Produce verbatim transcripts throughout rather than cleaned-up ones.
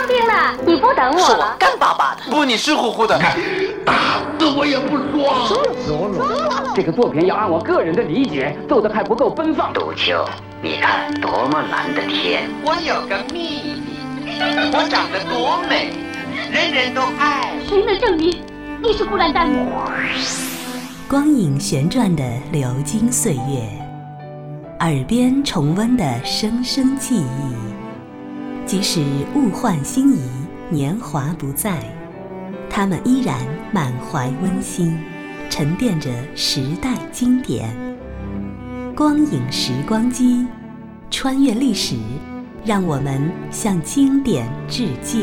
兵了，你不等我是了？ 我干巴巴的， 不，你湿乎乎的。 打死我也不说。 说说说，这个作品要按我个人的理解奏得还不够奔放。 杜秋，你看多么蓝的天！ 我有个秘密，我长得多美，人人都爱。 谁能证明你是孤兰丹姆？ 光影旋转的流金岁月，耳边重温的声声记忆，即使物换星移，年华不再，他们依然满怀温馨，沉淀着时代经典。光影时光机，穿越历史，让我们向经典致敬。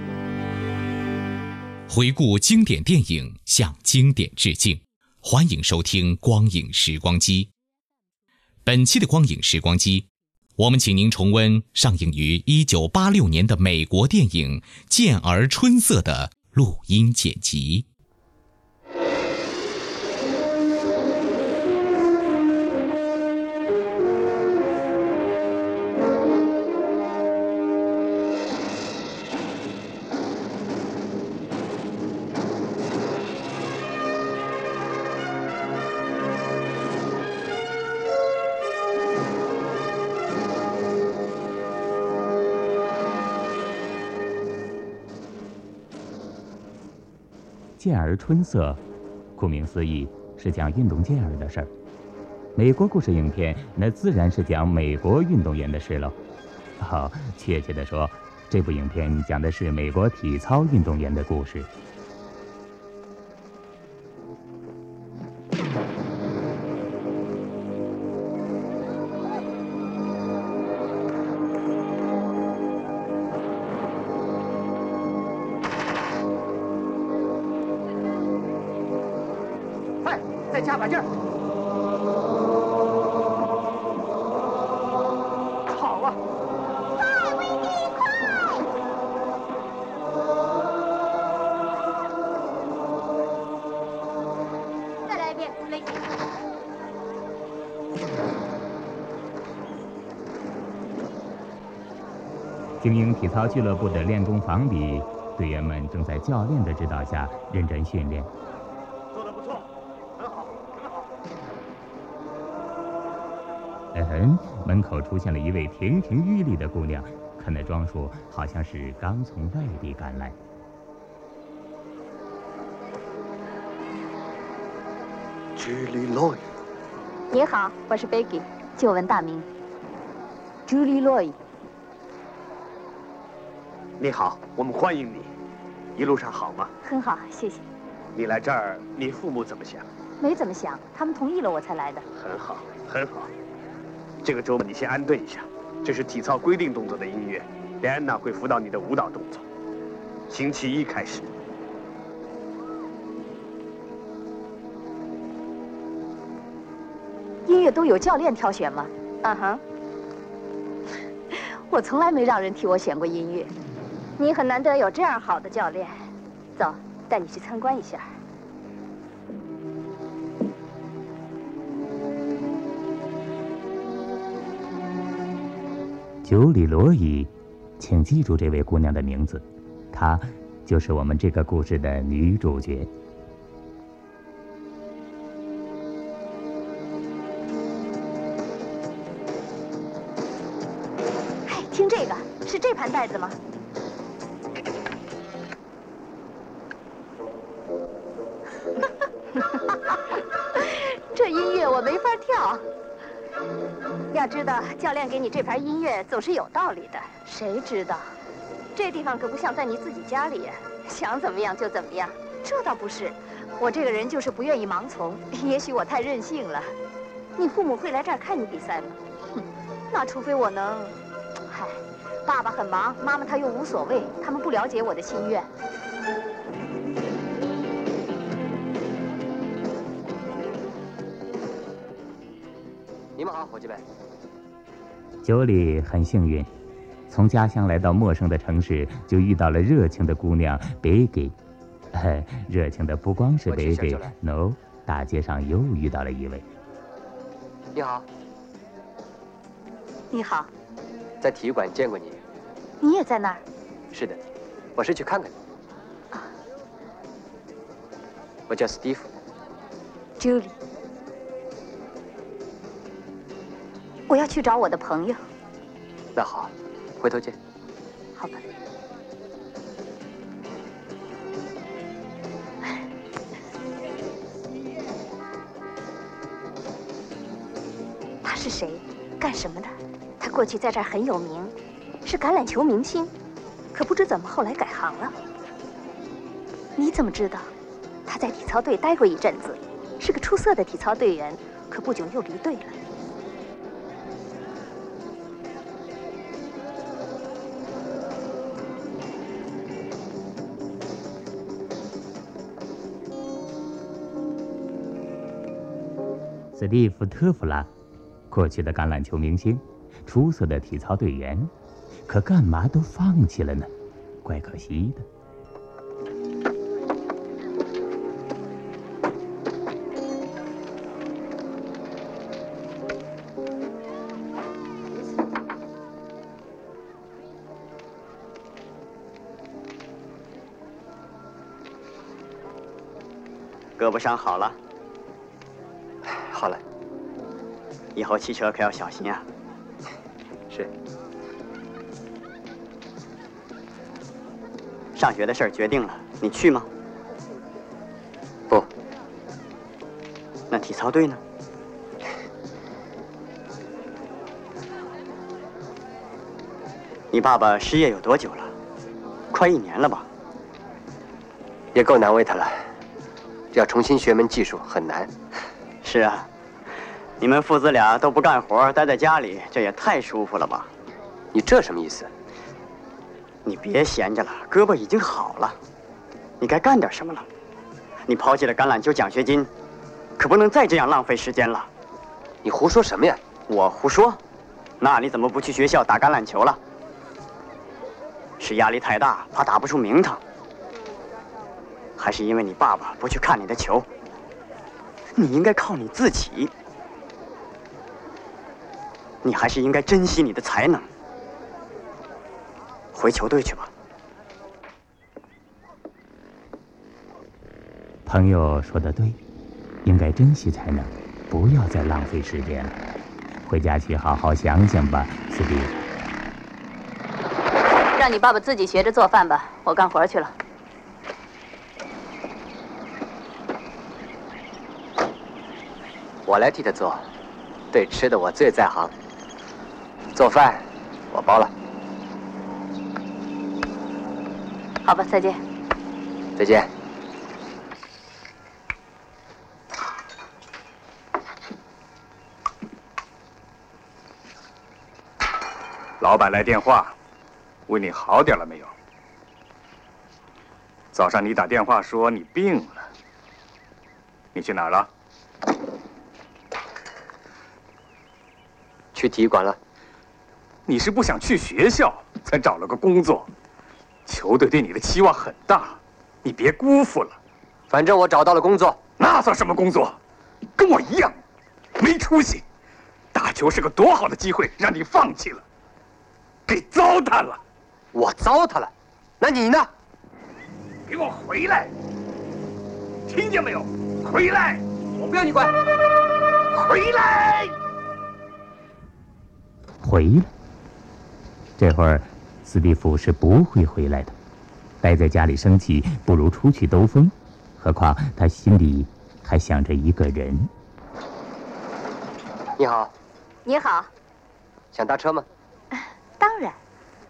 回顾经典电影，向经典致敬。欢迎收听光影时光机。本期的光影时光机，我们请您重温上映于一九八六年的美国电影《健儿春色》的录音剪辑。 健儿春色，顾名思义是讲运动健儿的事儿。美国故事影片那自然是讲美国运动员的事喽。哦，确切地说，这部影片讲的是美国体操运动员的故事。 再加把劲儿！好啊！ 快，威力快！再来一遍，威力。 精英体操俱乐部的练功房里，队员们正在教练的指导下认真训练。嗯，门口出现了一位亭亭玉立的姑娘，看那装束，好像是刚从外地赶来。 Julie Loy， 你好，我是 Becky， 久闻大名。Julie Loy。 你好，我们欢迎你。一路上好吗？ 很好，谢谢。 你来这儿，你父母怎么想？ 没怎么想，他们同意了我才来的。 很好，很好。这个周末你先安顿一下，这是体操规定动作的音乐，戴安娜会辅导你的舞蹈动作。星期一开始。 音乐都有教练挑选吗？嗯哼。我从来没让人替我选过音乐。你很难得有这样好的教练。走，带你去参观一下。 九里罗伊，请记住这位姑娘的名字，她就是我们这个故事的女主角。 哎，听这个，是这盘带子吗？这音乐我没法跳。要知道，教练给你这盘音乐总是有道理的。谁知道？这地方可不像在你自己家里呀，想怎么样就怎么样。这倒不是，我这个人就是不愿意盲从。也许我太任性了。你父母会来这儿看你比赛吗？哼，那除非我能……嗨，爸爸很忙，妈妈她又无所谓，他们不了解我的心愿。 你们好，伙计们。 九里很幸运，从家乡来到陌生的城市，就遇到了热情的姑娘贝给。呃，热情的不光是贝给 ，no， 大街上又遇到了一位。 你好。 你好。 在体育馆见过你。 你也在那儿？ 是的，我是去看看你。我叫史蒂夫。 Julie， 我要去找我的朋友。 那好，回头见。 好吧。他是谁？干什么的？他过去在这儿很有名，是橄榄球明星，可不知怎么后来改行了。你怎么知道？他在体操队待过一阵子，是个出色的体操队员，可不久又离队了。 斯蒂夫·特弗拉，过去的橄榄球明星，出色的体操队员，可干嘛都放弃了呢？怪可惜的。 胳膊伤好了？ 好了。 以后骑车可要小心啊。 是。 上学的事儿决定了，你去吗？ 不。 那体操队呢？你爸爸失业有多久了？快一年了吧？ 也够难为他了。要重新学门技术很难。 是啊，你们父子俩都不干活，待在家里，这也太舒服了吧？ 你这什么意思？ 你别闲着了，胳膊已经好了，你该干点什么了。你抛弃了橄榄球奖学金，可不能再这样浪费时间了。 你胡说什么呀？ 我胡说？那你怎么不去学校打橄榄球了？是压力太大，怕打不出名堂？还是因为你爸爸不去看你的球？你应该靠你自己。你还是应该珍惜你的才能。回球队去吧。 朋友说的对，应该珍惜才能，不要再浪费时间了。回家去好好想想吧，斯蒂。 让你爸爸自己学着做饭吧，我干活去了。 我来替他做，对吃的我最在行。做饭我包了。 好吧，再见。 再见。 老板来电话，问你好点了没有？早上你打电话说你病了，你去哪儿了？ 去体育馆了。 你是不想去学校，才找了个工作。球队对你的期望很大，你别辜负了。 反正我找到了工作。 那算什么工作？跟我一样，没出息。打球是个多好的机会，让你放弃了，给糟蹋了。 我糟蹋了？那你呢？ 给我回来！听见没有？回来！ 我不要你管。 回来！ 回来。这会儿，斯蒂夫是不会回来的。待在家里生气，不如出去兜风。何况他心里还想着一个人。 你好。 你好。 想搭车吗？ 当然。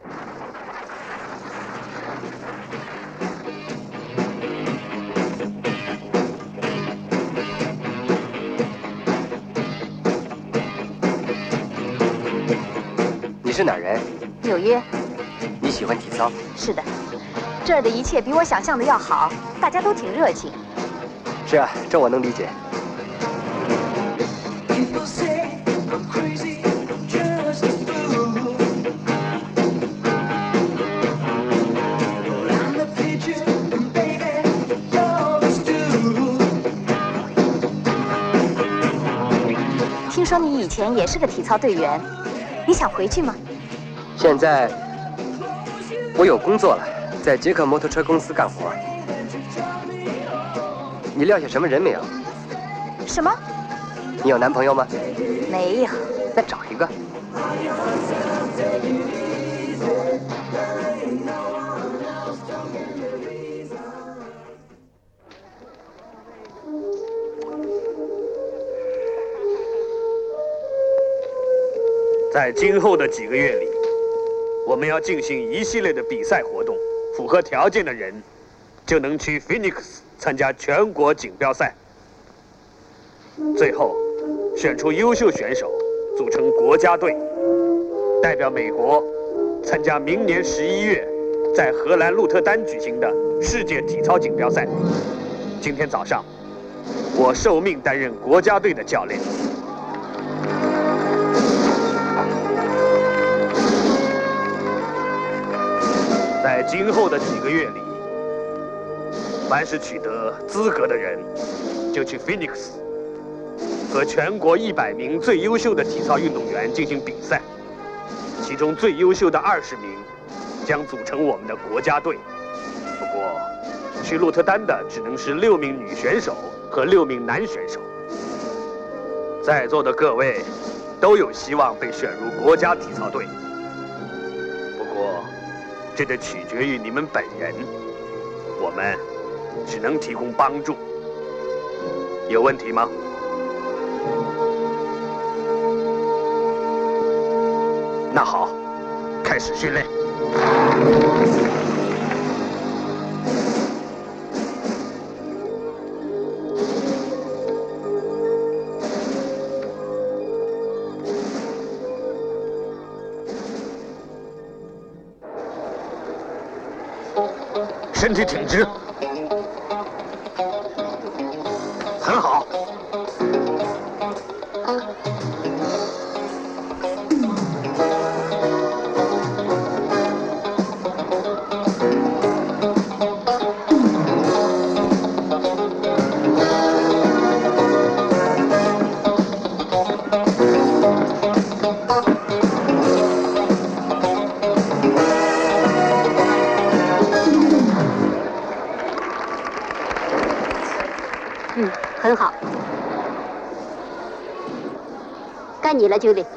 你是哪儿人？ 纽约。 你喜欢体操？ 是的，这儿的一切比我想象的要好，大家都挺热情。 是啊，这我能理解。 听说你以前也是个体操队员，你想回去吗？ 现在我有工作了，在捷克摩托车公司干活。你撂下什么人没有？ 什么？ 你有男朋友吗？ 没有。 那找一个。 在今后的几个月里，我们要进行一系列的比赛活动，符合条件的人就能去 Phoenix 参加全国锦标赛。最后，选出优秀选手，组成国家队，代表美国参加明年十一月在荷兰鹿特丹举行的世界体操锦标赛。今天早上，我受命担任国家队的教练。在今后的几个月里，凡是取得资格的人，就去 Phoenix 和全国一百名最优秀的体操运动员进行比赛，其中最优秀的二十名将组成我们的国家队。不过，去鹿特丹的只能是六名女选手和六名男选手。在座的各位都有希望被选入国家体操队，不过这得取决于你们本人，我们只能提供帮助。有问题吗？那好，开始训练。身体挺直，很好。 嗯，很好。该你了，Julie。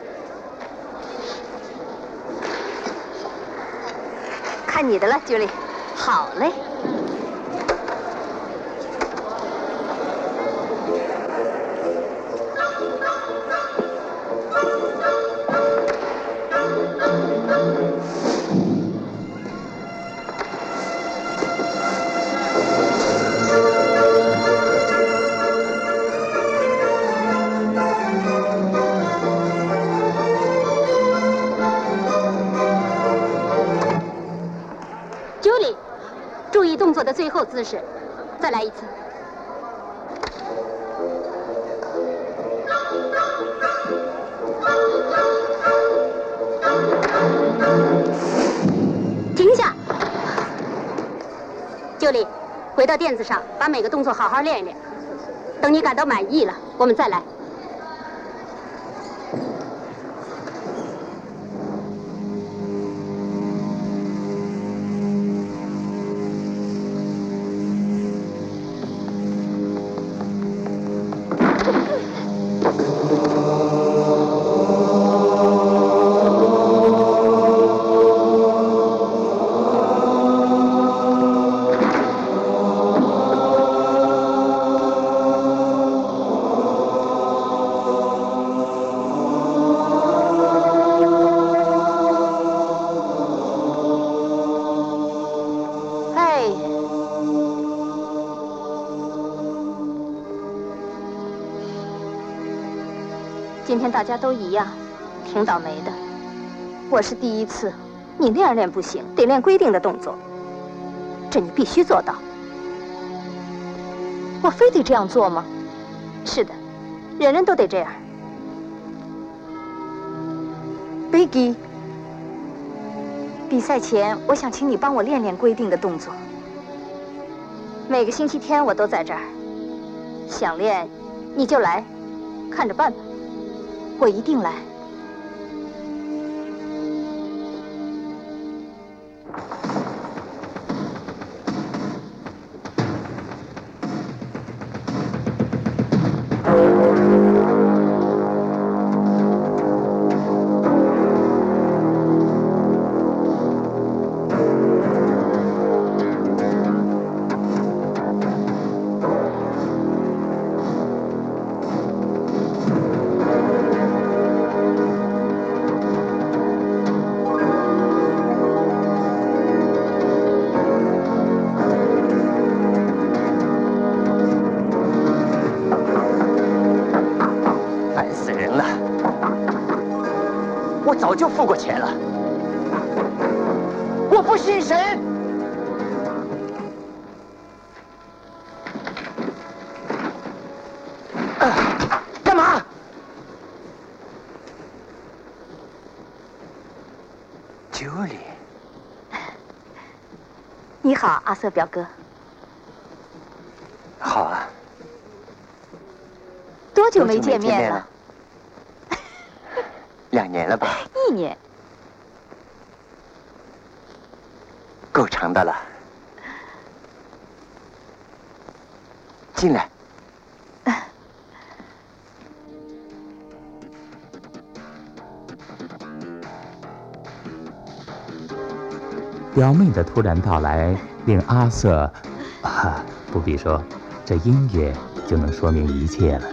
看你的了，Julie。好嘞。Julie， 注意动作的最后姿势，再来一次。停下 ，Julie， 回到垫子上，把每个动作好好练一练。等你感到满意了，我们再来。今天大家都一样，挺倒霉的。我是第一次，你那样练不行，得练规定的动作。这你必须做到。我非得这样做吗？是的，人人都得这样。Biggie， 比赛前，我想请你帮我练练规定的动作。每个星期天我都在这儿，想练你就来，看着办吧。我一定来。 钱了。 我不信神。啊、干嘛？ 九里。 你好，阿瑟表哥。 好啊。 多久没见面了？ 两年了吧？ 一年。 够长的了。进来。 表妹的突然到来令阿瑟，啊，不必说，这音乐就能说明一切了。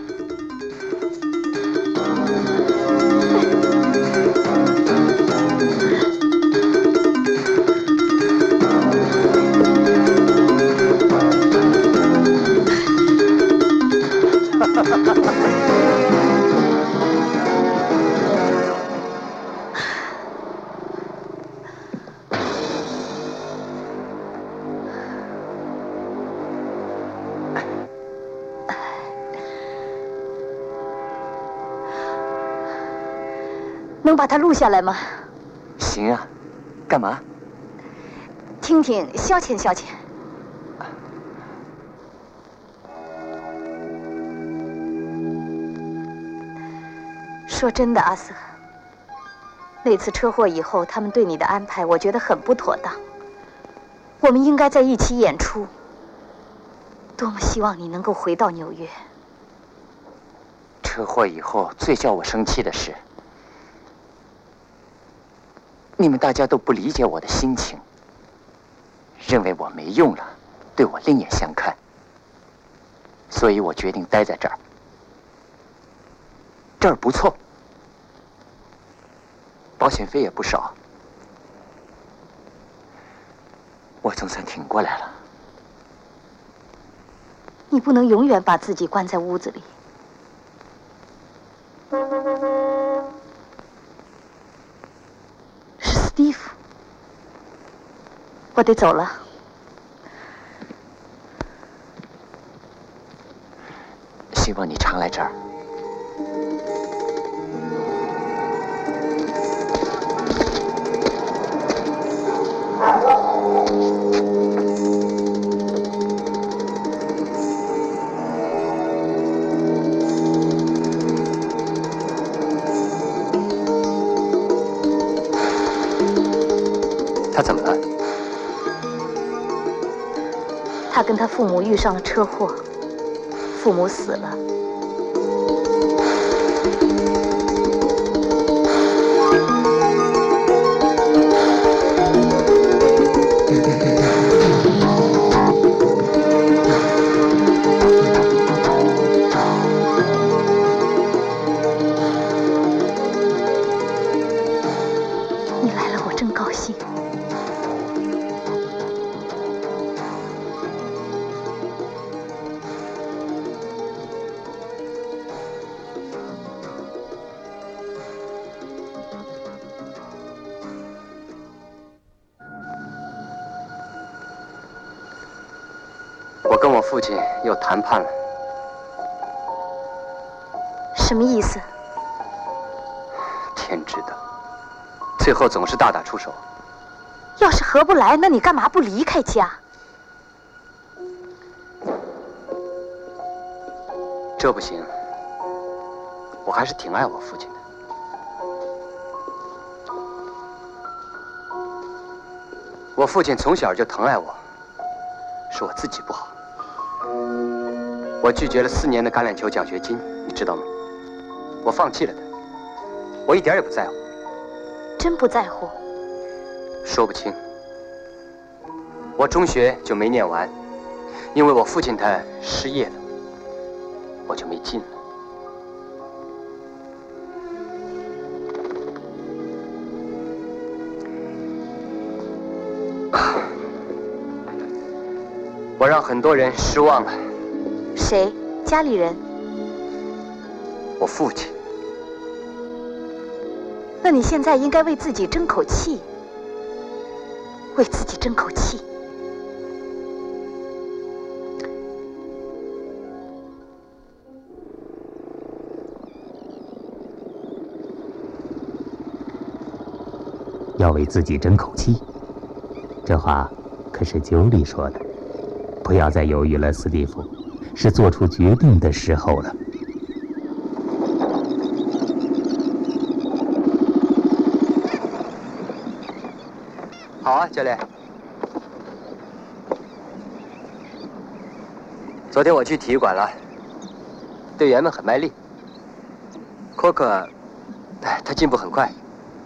能把它录下来吗？ 行啊，干嘛？ 听听，消遣消遣。说真的，阿瑟，那次车祸以后，他们对你的安排，我觉得很不妥当。我们应该在一起演出。多么希望你能够回到纽约。 车祸以后，最叫我生气的是，你们大家都不理解我的心情，认为我没用了，对我另眼相看。所以我决定待在这儿。这儿不错，保险费也不少，我总算挺过来了。 你不能永远把自己关在屋子里。是史蒂夫，我得走了。 希望你常来这儿。他怎么了？ 他跟他父母遇上了车祸，父母死了。你来了，我真高兴。 我跟我父亲又谈判了。 什么意思？ 天知道，最后总是大打出手。 要是合不来，那你干嘛不离开家？ 这不行，我还是挺爱我父亲的。我父亲从小就疼爱我，是我自己不好。我拒绝了四年的橄榄球奖学金，你知道吗？我放弃了它，我一点也不在乎。 真不在乎？ 说不清。我中学就没念完，因为我父亲他失业了，我就没进了。我让很多人失望了。 谁？家里人？ 我父亲。 那你现在应该为自己争口气，为自己争口气。 要为自己争口气，这话可是九里说的。不要再犹豫了，斯蒂夫，是做出决定的时候了。 好啊，教练。昨天我去体育馆了，队员们很卖力。科克，哎，他进步很快。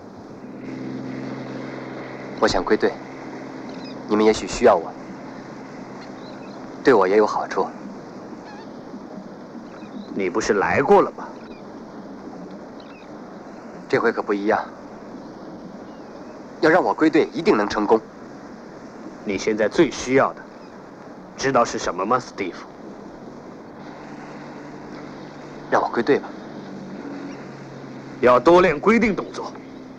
我想归队，你们也许需要我，对我也有好处。 你不是来过了吗？ 这回可不一样。要让我归队，一定能成功。 你现在最需要的，知道是什么吗，史蒂夫？ 让我归队吧。 要多练规定动作。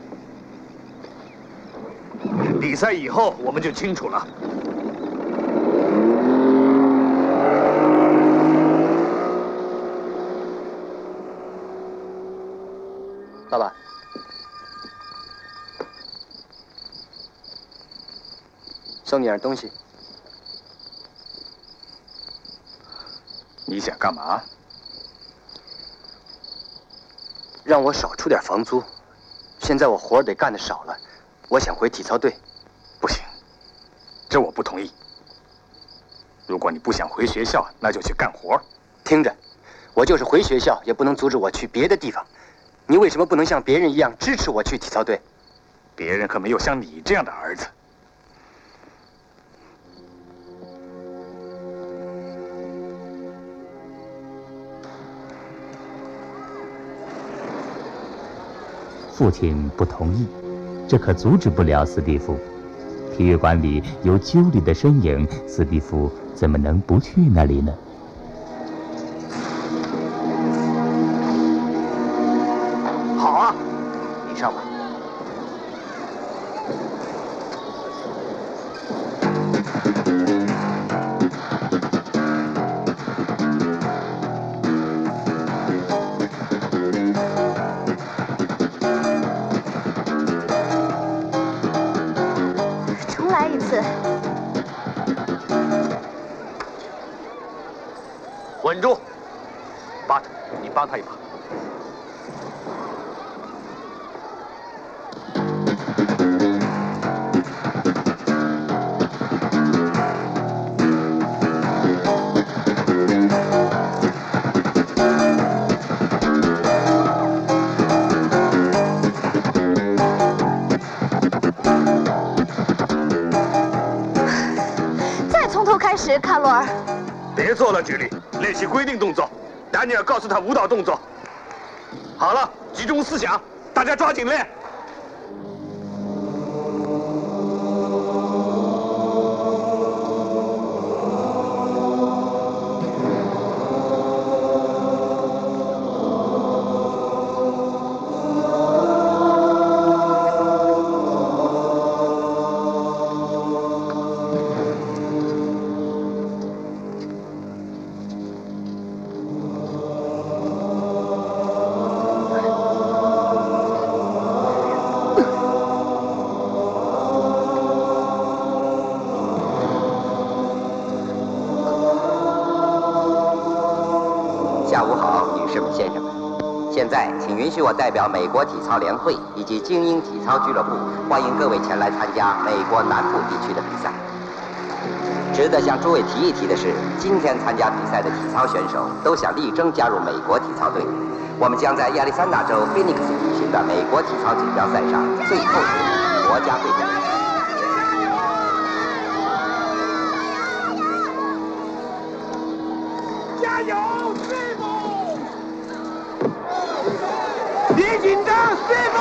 比赛以后我们就清楚了。 爸爸。送你点东西。 你想干嘛？ 让我少出点房租。现在我活儿得干得少了，我想回体操队。 不行，这我不同意。如果你不想回学校，那就去干活。 听着，我就是回学校，也不能阻止我去别的地方。你为什么不能像别人一样支持我去体操队？ 别人可没有像你这样的儿子。 父亲不同意，这可阻止不了斯蒂夫。体育馆里有丘里的身影，斯蒂夫怎么能不去那里呢？ 好啊，你上吧。稳住，巴特，你帮他一把。 再从头开始，卡罗尔。 别做了，举例。练习规定动作，丹尼尔告诉他舞蹈动作。好了，集中思想，大家抓紧练。 下午好，女士们、先生们。现在，请允许我代表美国体操联会以及精英体操俱乐部，欢迎各位前来参加美国南部地区的比赛。值得向诸位提一提的是，今天参加比赛的体操选手都想力争加入美国体操队。我们将在亚利桑那州菲尼克斯举行的美国体操锦标赛上最后决定国家队的比赛。 加油，师傅！别紧张，师傅！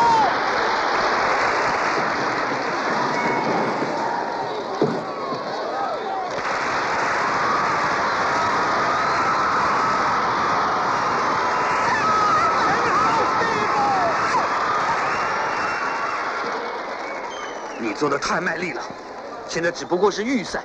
你做的太卖力了，现在只不过是预赛。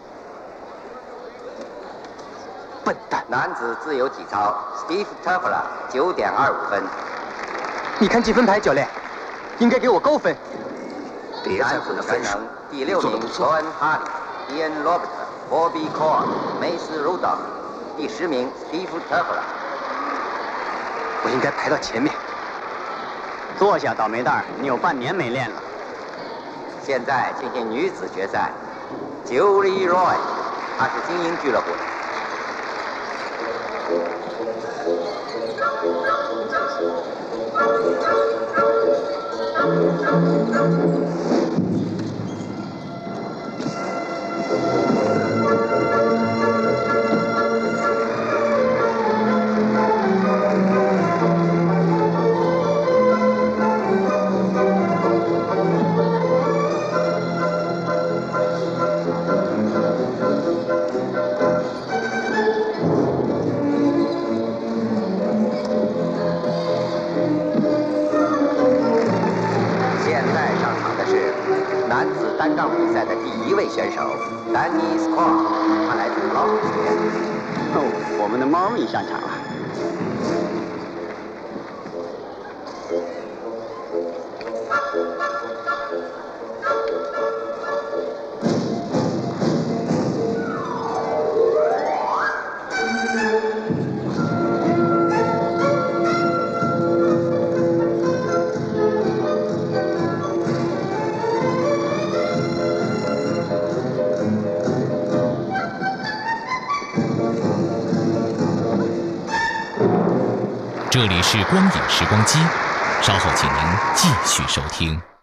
笨蛋！ 男子自由体操 ，Steve Turfler 九点二五分。 你看计分牌，教练，应该给我高分。 别在乎那分数， 第六名 Cohen Harley、Ian Robert、Bobby Cole、Mace Rudolph， 第十名 Steve Turfler。 我应该排到前面。 坐下，倒霉蛋儿，你有半年没练了。 现在进行女子决赛 ，Julie Roy， 她是精英俱乐部的。单杠比赛的第一位选手 Danny Scott， 他来自老虎学院。 哦，我们的猫咪上场了。 这里是光影时光机，稍后请您继续收听。